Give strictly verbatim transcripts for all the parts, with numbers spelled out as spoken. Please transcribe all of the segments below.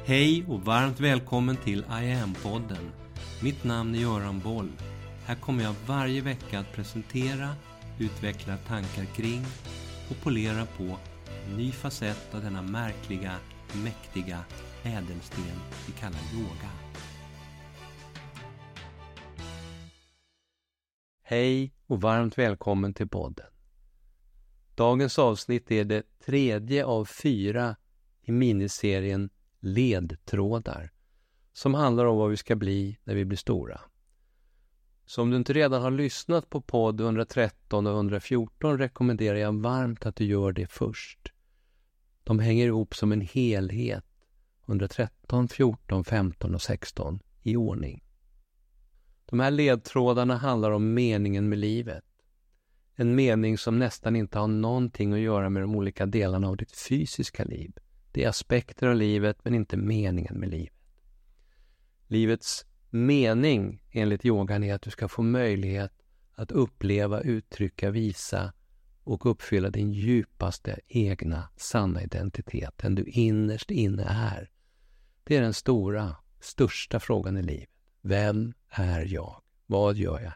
Hej och varmt välkommen till I Am-podden. Mitt namn är Göran Boll. Här kommer jag varje vecka att presentera, utveckla tankar kring och polera på en ny facett av denna märkliga, mäktiga ädelsten vi kallar yoga. Hej och varmt välkommen till podden. Dagens avsnitt är det tredje av fyra i miniserien Ledtrådar, som handlar om vad vi ska bli när vi blir stora. Så om du inte redan har lyssnat på podd etthundratretton och etthundrafjorton rekommenderar jag varmt att du gör det först. De hänger ihop som en helhet, etthundratretton, fjorton, femton och sexton i ordning. De här ledtrådarna handlar om meningen med livet. En mening som nästan inte har någonting att göra med de olika delarna av ditt fysiska liv. Det är aspekter av livet men inte meningen med livet. Livets mening enligt yogan är att du ska få möjlighet att uppleva, uttrycka, visa och uppfylla din djupaste egna sanna identitet. Den du innerst inne är. Det är den stora, största frågan i livet. Vem är jag? Vad gör jag här?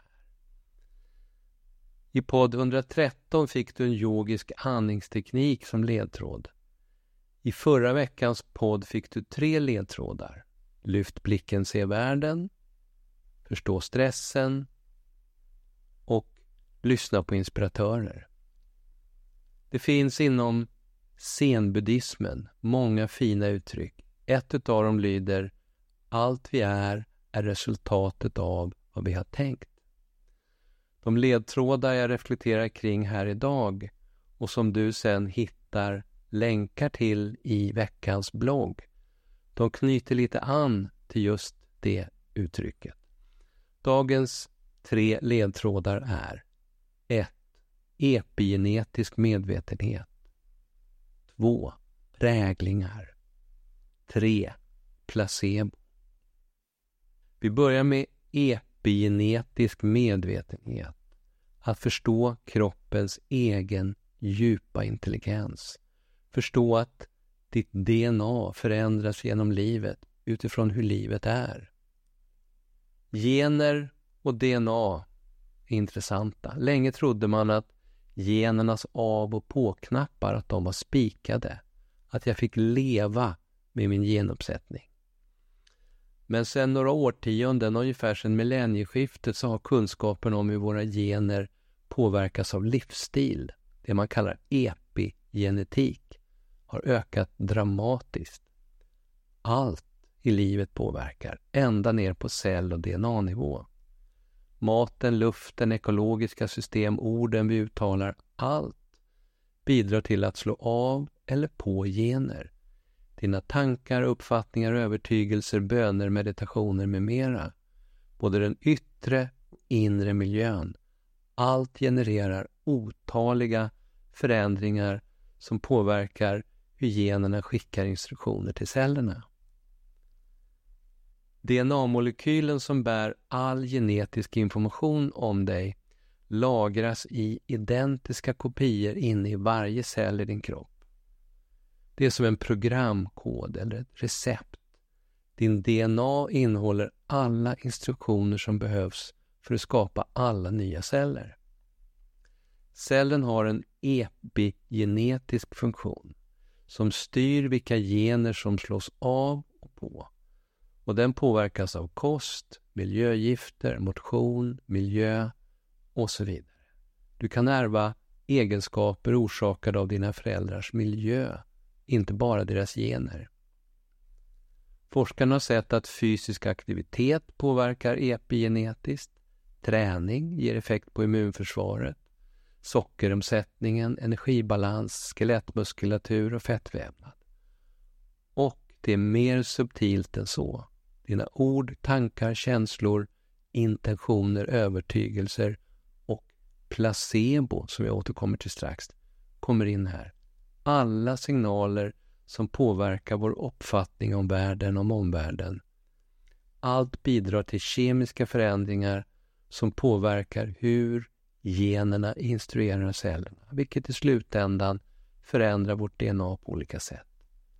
I podd etthundratretton fick du en yogisk andningsteknik som ledtråd. I förra veckans podd fick du tre ledtrådar. Lyft blicken, se världen, förstå stressen och lyssna på inspiratörer. Det finns inom zen-buddhismen många fina uttryck. Ett utav dem lyder: allt vi är är resultatet av vad vi har tänkt. De ledtrådar jag reflekterar kring här idag och som du sen hittar länkar till i veckans blogg, de knyter lite an till just det uttrycket. Dagens tre ledtrådar är: ett. Epigenetisk medvetenhet. två. Präglingar. tre. Placebo. Vi börjar med epigenetisk medvetenhet. Att förstå kroppens egen djupa intelligens. Förstå att ditt D N A förändras genom livet utifrån hur livet är. Gener och D N A är intressanta. Länge trodde man att genernas av- och på-knappar att de var spikade. Att jag fick leva med min genuppsättning. Men sedan några årtionden, ungefär sedan millennieskiftet, så har kunskapen om hur våra gener påverkas av livsstil, det man kallar epigenetik, har ökat dramatiskt. Allt i livet påverkar, ända ner på cell- och D N A-nivå. Maten, luften, ekologiska system, orden vi uttalar, allt bidrar till att slå av eller på gener. Dina tankar, uppfattningar, övertygelser, böner, meditationer med mera. Både den yttre och inre miljön. Allt genererar otaliga förändringar som påverkar hur generna skickar instruktioner till cellerna. D N A-molekylen som bär all genetisk information om dig lagras i identiska kopior inne i varje cell i din kropp. Det är som en programkod eller ett recept. Din D N A innehåller alla instruktioner som behövs för att skapa alla nya celler. Cellen har en epigenetisk funktion som styr vilka gener som slås av och på. Och den påverkas av kost, miljögifter, motion, miljö och så vidare. Du kan ärva egenskaper orsakade av dina föräldrars miljö, inte bara deras gener. Forskarna har sett att fysisk aktivitet påverkar epigenetiskt, träning ger effekt på immunförsvaret, sockeromsättningen, energibalans, skelettmuskulatur och fettvävnad. Och det är mer subtilt än så. Dina ord, tankar, känslor, intentioner, övertygelser och placebo, som jag återkommer till strax, kommer in här. Alla signaler som påverkar vår uppfattning om världen och om omvärlden. Allt bidrar till kemiska förändringar som påverkar hur generna instruerar cellerna, vilket i slutändan förändrar vårt D N A på olika sätt.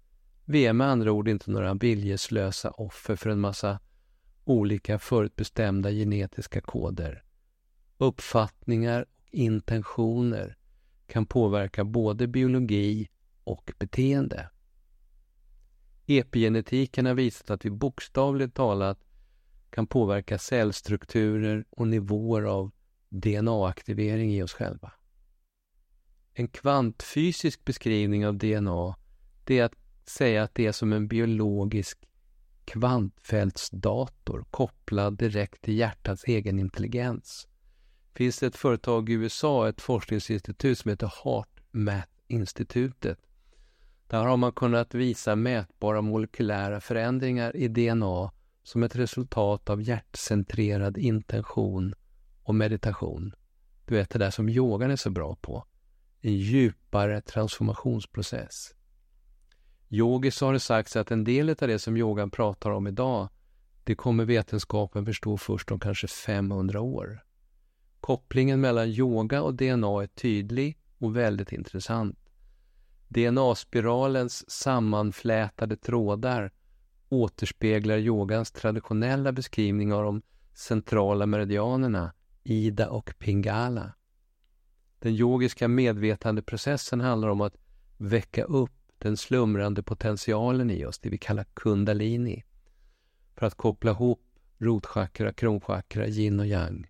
Vi är med andra ord inte några viljeslösa offer för en massa olika förutbestämda genetiska koder. Uppfattningar och intentioner kan påverka både biologi och beteende. Epigenetiken har visat att vi bokstavligt talat kan påverka cellstrukturer och nivåer av D N A-aktivering i oss själva. En kvantfysisk beskrivning av D N A, det är att säga att det är som en biologisk kvantfältsdator kopplad direkt till hjärtats egen intelligens. Finns det ett företag i U S A, ett forskningsinstitut som heter HeartMath-institutet. Där har man kunnat visa mätbara molekylära förändringar i D N A som ett resultat av hjärtcentrerad intention och meditation. Du vet det där som yogan är så bra på. En djupare transformationsprocess. Yogis har det sagts att en del av det som yogan pratar om idag, det kommer vetenskapen förstå först om kanske femhundra år. Kopplingen mellan yoga och D N A är tydlig och väldigt intressant. D N A-spiralens sammanflätade trådar återspeglar yogans traditionella beskrivning av de centrala meridianerna, Ida och Pingala. Den yogiska medvetandeprocessen handlar om att väcka upp den slumrande potentialen i oss, det vi kallar kundalini, för att koppla ihop rotchakra, kronchakra, yin och yang,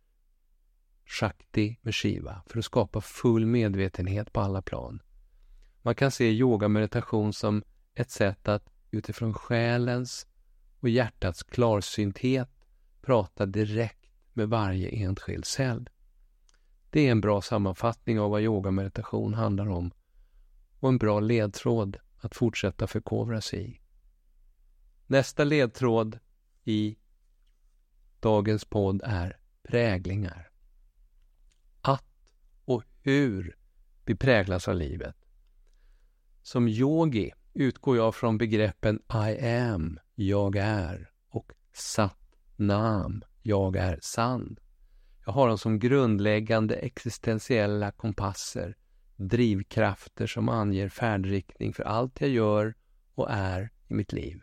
shakti med shiva, för att skapa full medvetenhet på alla plan. Man kan se yoga meditation som ett sätt att utifrån själens och hjärtats klarsynthet prata direkt med varje enskild cell. Det är en bra sammanfattning av vad yoga meditation handlar om och en bra ledtråd att fortsätta förkovra sig i. Nästa ledtråd i dagens podd är präglingar. Att och hur vi präglas av livet. Som yogi utgår jag från begreppen I am, jag är, och Sat Nam, jag är sann. Jag har dem som grundläggande existentiella kompasser, drivkrafter som anger färdriktning för allt jag gör och är i mitt liv.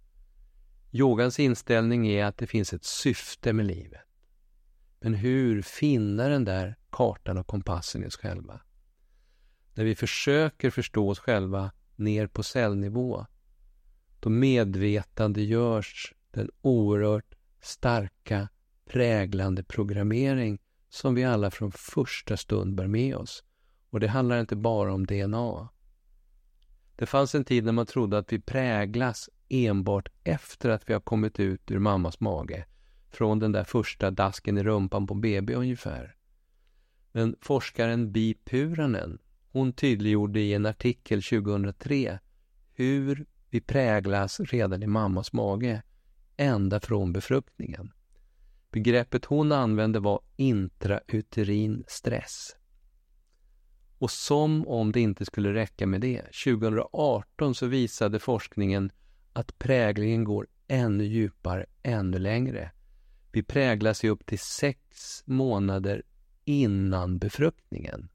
Yogans inställning är att det finns ett syfte med livet. Men hur finna den där kartan och kompassen i oss själva? När vi försöker förstå oss själva ner på cellnivå, då medvetandegörs den oerhört starka, präglande programmering som vi alla från första stund bär med oss. Och det handlar inte bara om D N A. Det fanns en tid när man trodde att vi präglas enbart efter att vi har kommit ut ur mammas mage, från den där första dasken i rumpan på B B ungefär. Men forskaren Bi Puranen, hon tydliggjorde i en artikel tjugohundratre hur vi präglas redan i mammas mage, ända från befruktningen. Begreppet hon använde var intrauterin stress. Och som om det inte skulle räcka med det, tjugohundraarton så visade forskningen att präglingen går ännu djupare, ännu längre. Vi präglas i upp till sex månader innan befruktningen.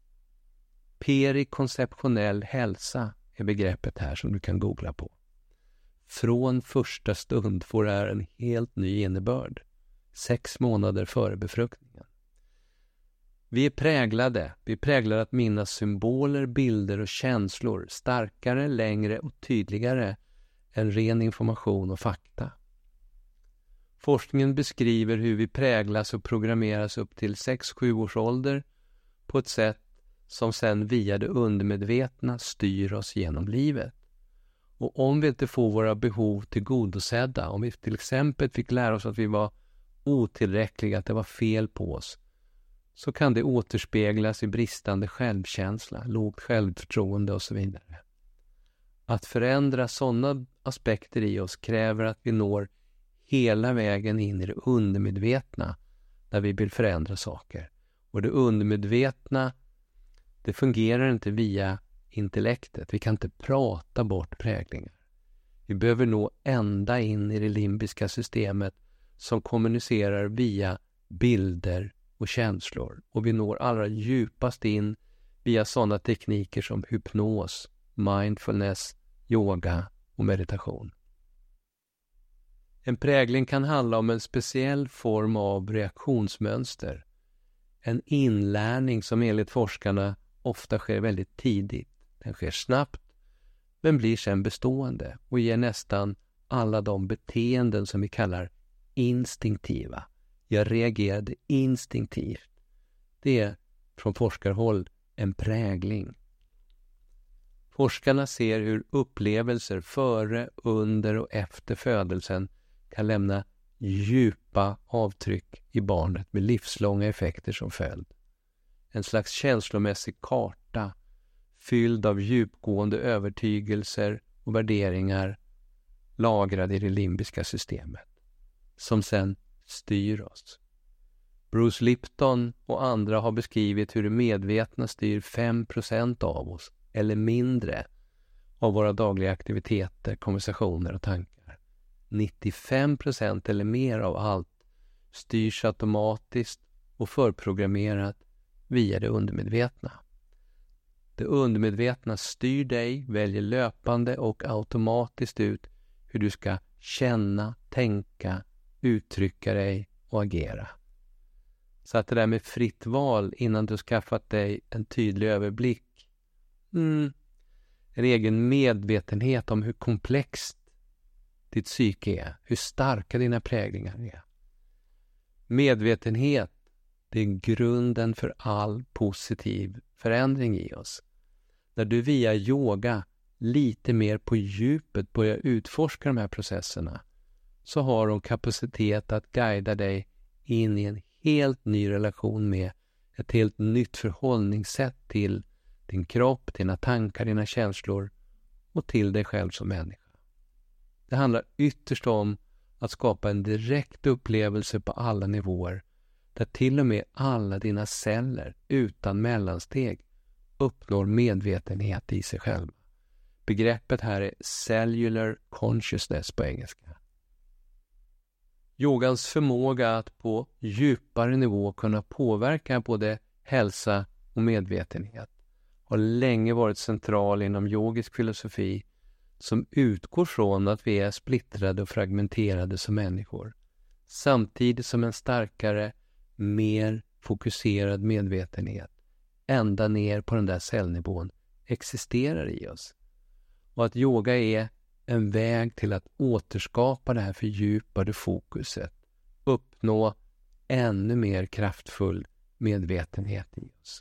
Perikonceptionell hälsa är begreppet här som du kan googla på. Från första stund får det här en helt ny innebörd. Sex månader före befruktningen. Vi är präglade. Vi är präglade att minnas symboler, bilder och känslor starkare, längre och tydligare än ren information och fakta. Forskningen beskriver hur vi präglas och programmeras upp till sex sju års ålder på ett sätt som sedan via det undermedvetna styr oss genom livet. Och om vi inte får våra behov tillgodosedda, om vi till exempel fick lära oss att vi var otillräckliga, att det var fel på oss, så kan det återspeglas i bristande självkänsla, lågt självförtroende och så vidare. Att förändra sådana aspekter i oss kräver att vi når hela vägen in i det undermedvetna när vi vill förändra saker. Och det undermedvetna, det fungerar inte via intellektet. Vi kan inte prata bort präglingar. Vi behöver nå ända in i det limbiska systemet som kommunicerar via bilder och känslor. Och vi når allra djupast in via sådana tekniker som hypnos, mindfulness, yoga och meditation. En prägling kan handla om en speciell form av reaktionsmönster. En inlärning som enligt forskarna ofta sker väldigt tidigt. Den sker snabbt men blir sedan bestående och ger nästan alla de beteenden som vi kallar instinktiva. Jag reagerade instinktivt. Det är från forskarhåll en prägling. Forskarna ser hur upplevelser före, under och efter födelsen kan lämna djupa avtryck i barnet med livslånga effekter som följd. En slags känslomässig karta fylld av djupgående övertygelser och värderingar lagrade i det limbiska systemet som sedan styr oss. Bruce Lipton och andra har beskrivit hur det medvetna styr fem procent av oss eller mindre av våra dagliga aktiviteter, konversationer och tankar. nittiofem procent eller mer av allt styrs automatiskt och förprogrammerat via det undermedvetna. Det undermedvetna styr dig, väljer löpande och automatiskt ut hur du ska känna, tänka, uttrycka dig och agera. Så att det där med fritt val innan du skaffat dig en tydlig överblick. Mm, en egen medvetenhet om hur komplext ditt psyke är, hur starka dina präglingar är. Medvetenhet, det är grunden för all positiv förändring i oss. När du via yoga lite mer på djupet börjar utforska de här processerna så har de kapacitet att guida dig in i en helt ny relation med ett helt nytt förhållningssätt till din kropp, dina tankar, dina känslor och till dig själv som människa. Det handlar ytterst om att skapa en direkt upplevelse på alla nivåer där till och med alla dina celler utan mellansteg uppnår medvetenhet i sig själva. Begreppet här är cellular consciousness på engelska. Yogans förmåga att på djupare nivå kunna påverka både hälsa och medvetenhet har länge varit central inom yogisk filosofi som utgår från att vi är splittrade och fragmenterade som människor, samtidigt som en starkare, mer fokuserad medvetenhet ända ner på den där cellnivån existerar i oss. Och att yoga är en väg till att återskapa det här fördjupade fokuset, uppnå ännu mer kraftfull medvetenhet i oss.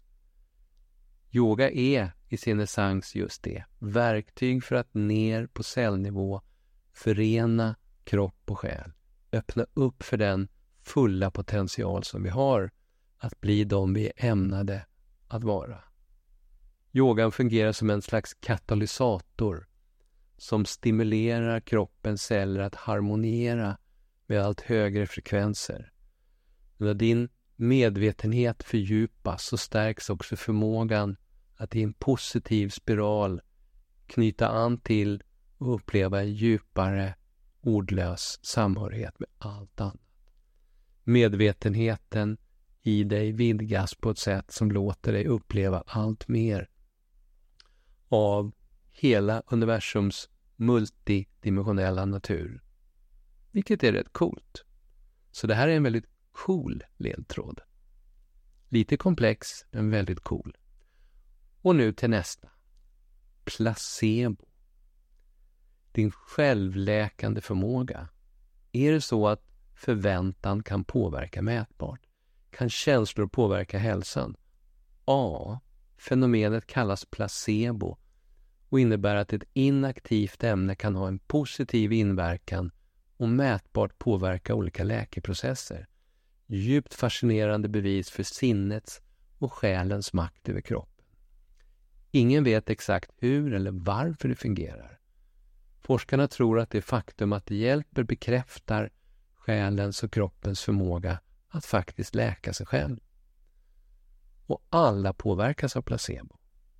Yoga är i sin essens just det, verktyg för att ner på cellnivå förena kropp och själ, öppna upp för den fulla potential som vi har att bli de vi är ämnade att vara. Yogan fungerar som en slags katalysator som stimulerar kroppens celler att harmoniera med allt högre frekvenser. När din medvetenhet fördjupas så stärks också förmågan att i en positiv spiral knyta an till och uppleva en djupare, ordlös samhörighet med allt annat. Medvetenheten i dig vidgas på ett sätt som låter dig uppleva allt mer av hela universums multidimensionella natur. Vilket är rätt coolt. Så det här är en väldigt cool ledtråd. Lite komplex, men väldigt cool. Och nu till nästa. Placebo. Din självläkande förmåga. Är det så att förväntan kan påverka mätbart? Kan känslor påverka hälsan? Ja, fenomenet kallas placebo och innebär att ett inaktivt ämne kan ha en positiv inverkan och mätbart påverka olika läkeprocesser. Djupt fascinerande bevis för sinnets och själens makt över kroppen. Ingen vet exakt hur eller varför det fungerar. Forskarna tror att det faktum att det hjälper bekräftar själens och kroppens förmåga att faktiskt läka sig själv. Och alla påverkas av placebo.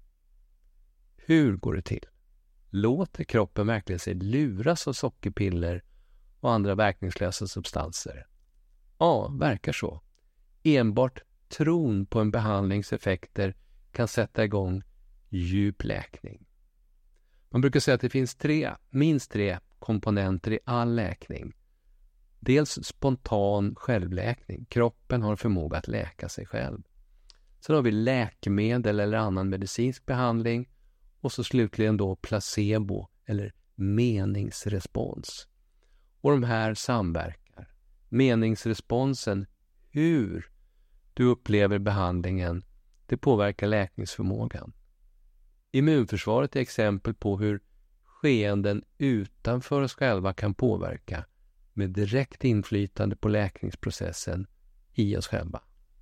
Hur går det till? Låter kroppen verkligen sig luras av sockerpiller och andra verkningslösa substanser? Ja, verkar så. Enbart tron på en behandlings effekter kan sätta igång djup läkning. Man brukar säga att det finns tre, minst tre komponenter i all läkning. Dels spontan självläkning. Kroppen har förmåga att läka sig själv. Sen har vi läkemedel eller annan medicinsk behandling. Och så slutligen då placebo eller meningsrespons. Och de här samverkar. Meningsresponsen, hur du upplever behandlingen, det påverkar läkningsförmågan. Immunförsvaret är exempel på hur skeenden utanför oss själva kan påverka med direkt inflytande på läkningsprocessen i oss själva.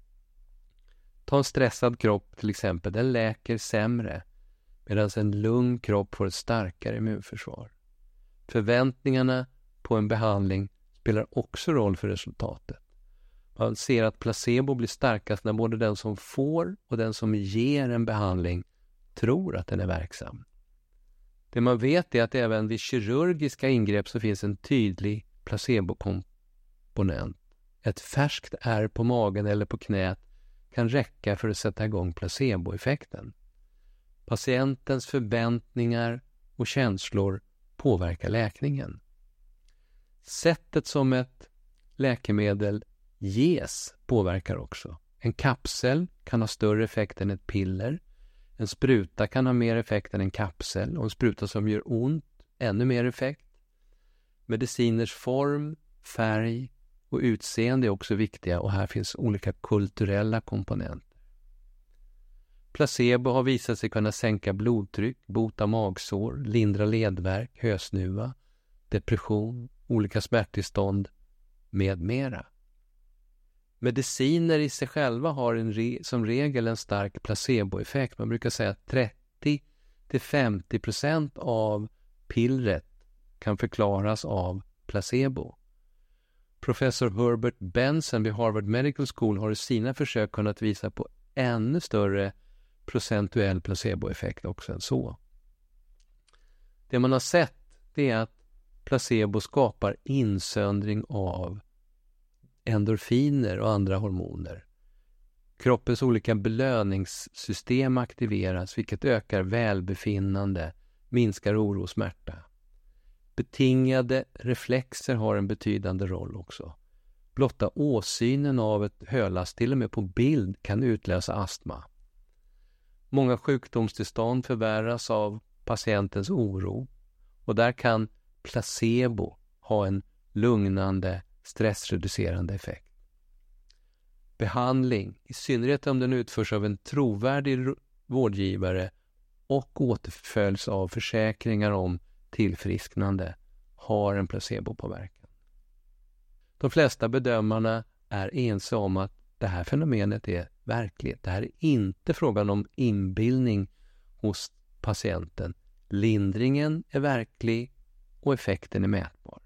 Ta en stressad kropp till exempel, den läker sämre medan en lugn kropp får ett starkare immunförsvar. Förväntningarna på en behandling spelar också roll för resultatet. Man ser att placebo blir starkast när både den som får och den som ger en behandling tror att den är verksam. Det man vet är att även vid kirurgiska ingrepp så finns en tydlig placebokomponent. Ett färskt ärr på magen eller på knät kan räcka för att sätta igång placeboeffekten. Patientens förväntningar och känslor påverkar läkningen. Sättet som ett läkemedel ges påverkar också. En kapsel kan ha större effekt än ett piller. En spruta kan ha mer effekt än en kapsel och en spruta som gör ont ännu mer effekt. Mediciners form, färg och utseende är också viktiga och här finns olika kulturella komponenter. Placebo har visat sig kunna sänka blodtryck, bota magsår, lindra ledvärk, hösnuva, depression, olika smärttillstånd med mera. Mediciner i sig själva har en re- som regel en stark placeboeffekt. Man brukar säga att trettio till femtio procent av pillret kan förklaras av placebo. Professor Herbert Benson vid Harvard Medical School har i sina försök kunnat visa på ännu större procentuell placeboeffekt också än så. Det man har sett det är att placebo skapar insöndring av endorfiner och andra hormoner. Kroppens olika belöningssystem aktiveras vilket ökar välbefinnande, minskar oro och smärta. Betingade reflexer har en betydande roll också. Blotta åsynen av ett hölas till och med på bild kan utlösa astma. Många sjukdomstillstånd förvärras av patientens oro och där kan placebo ha en lugnande, stressreducerande effekt. Behandling, i synnerhet om den utförs av en trovärdig vårdgivare och återföljs av försäkringar om tillfrisknande, har en placebopåverkan. De flesta bedömarna är ense om att det här fenomenet är verkligt. Det här är inte frågan om inbildning hos patienten. Lindringen är verklig och effekten är mätbar.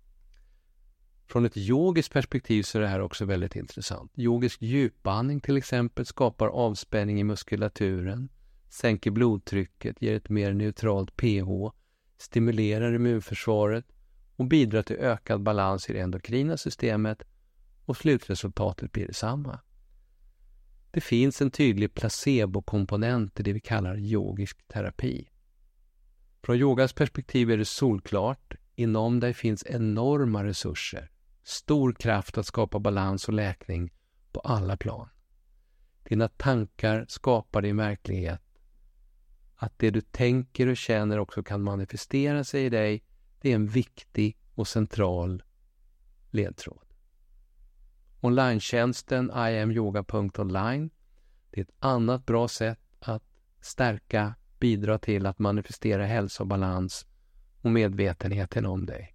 Från ett yogiskt perspektiv så är det här också väldigt intressant. Yogisk djupandning till exempel skapar avspänning i muskulaturen, sänker blodtrycket, ger ett mer neutralt pH, stimulerar immunförsvaret och bidrar till ökad balans i det endokrina systemet och slutresultatet blir detsamma. Det finns en tydlig placebokomponent i det vi kallar yogisk terapi. Från yogas perspektiv är det solklart, inom dig finns enorma resurser, stor kraft att skapa balans och läkning på alla plan. Dina tankar skapar din verklighet. Att det du tänker och känner också kan manifestera sig i dig, det är en viktig och central ledtråd. Online-tjänsten i am yoga punkt online, det är ett annat bra sätt att stärka, bidra till att manifestera hälsa och balans och medvetenheten om dig.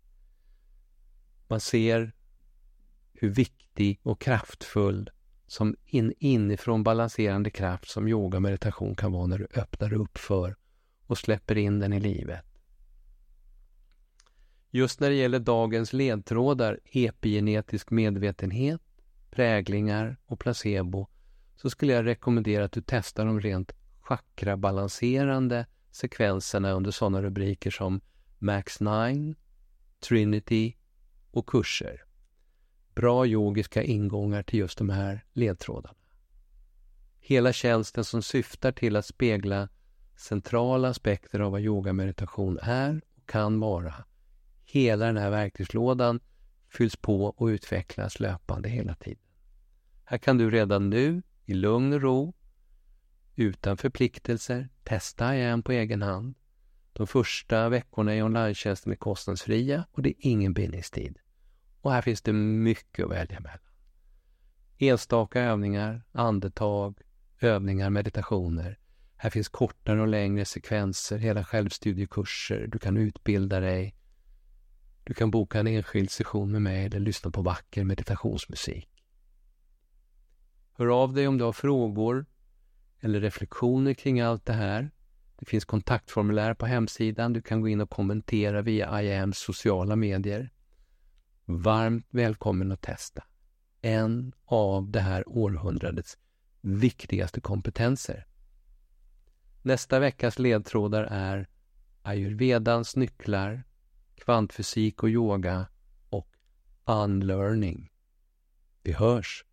Man ser hur viktig och kraftfull som in, inifrån balanserande kraft som yoga och meditation kan vara när du öppnar upp för och släpper in den i livet. Just när det gäller dagens ledtrådar, epigenetisk medvetenhet, präglingar och placebo, så skulle jag rekommendera att du testar de rent chakra-balanserande sekvenserna under sådana rubriker som Max nio, Trinity och kurser. Bra yogiska ingångar till just de här ledtrådarna. Hela tjänsten som syftar till att spegla centrala aspekter av vad yoga meditation är och kan vara. Hela den här verktygslådan fylls på och utvecklas löpande hela tiden. Här kan du redan nu i lugn och ro, utan förpliktelser, testa igen på egen hand. De första veckorna är online-tjänsten är kostnadsfria och det är ingen bindningstid. Och här finns det mycket att välja mellan. Enstaka övningar, andetag, övningar, meditationer. Här finns kortare och längre sekvenser, hela självstudiekurser. Du kan utbilda dig. Du kan boka en enskild session med mig eller lyssna på vacker meditationsmusik. Hör av dig om du har frågor eller reflektioner kring allt det här. Det finns kontaktformulär på hemsidan. Du kan gå in och kommentera via I A M:s sociala medier. Varmt välkommen att testa. En av det här århundradets viktigaste kompetenser. Nästa veckas ledtrådar är ayurvedans nycklar, kvantfysik och yoga och unlearning. Vi hörs!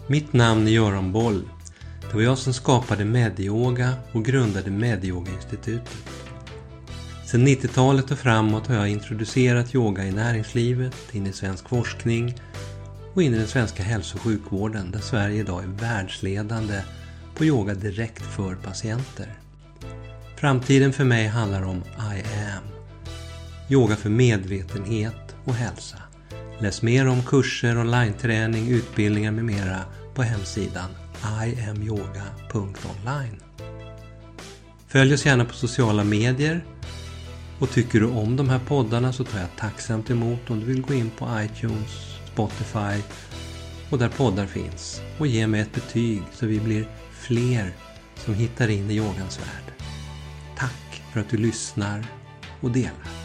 Mitt namn är Göran Boll. Det var jag som skapade Medyoga och grundade Medyoga-institutet. Sedan nittiotalet och framåt har jag introducerat yoga i näringslivet, in i svensk forskning och in i den svenska hälso- och sjukvården där Sverige idag är världsledande på yoga direkt för patienter. Framtiden för mig handlar om I am. Yoga för medvetenhet och hälsa. Läs mer om kurser, online-träning, utbildningar med mera på hemsidan i am yoga punkt online. Följ oss gärna på sociala medier och tycker du om de här poddarna så tar jag tacksamt emot om du vill gå in på iTunes, Spotify och där poddar finns och ge mig ett betyg så vi blir fler som hittar in i yogans värld. Tack för att du lyssnar och delar.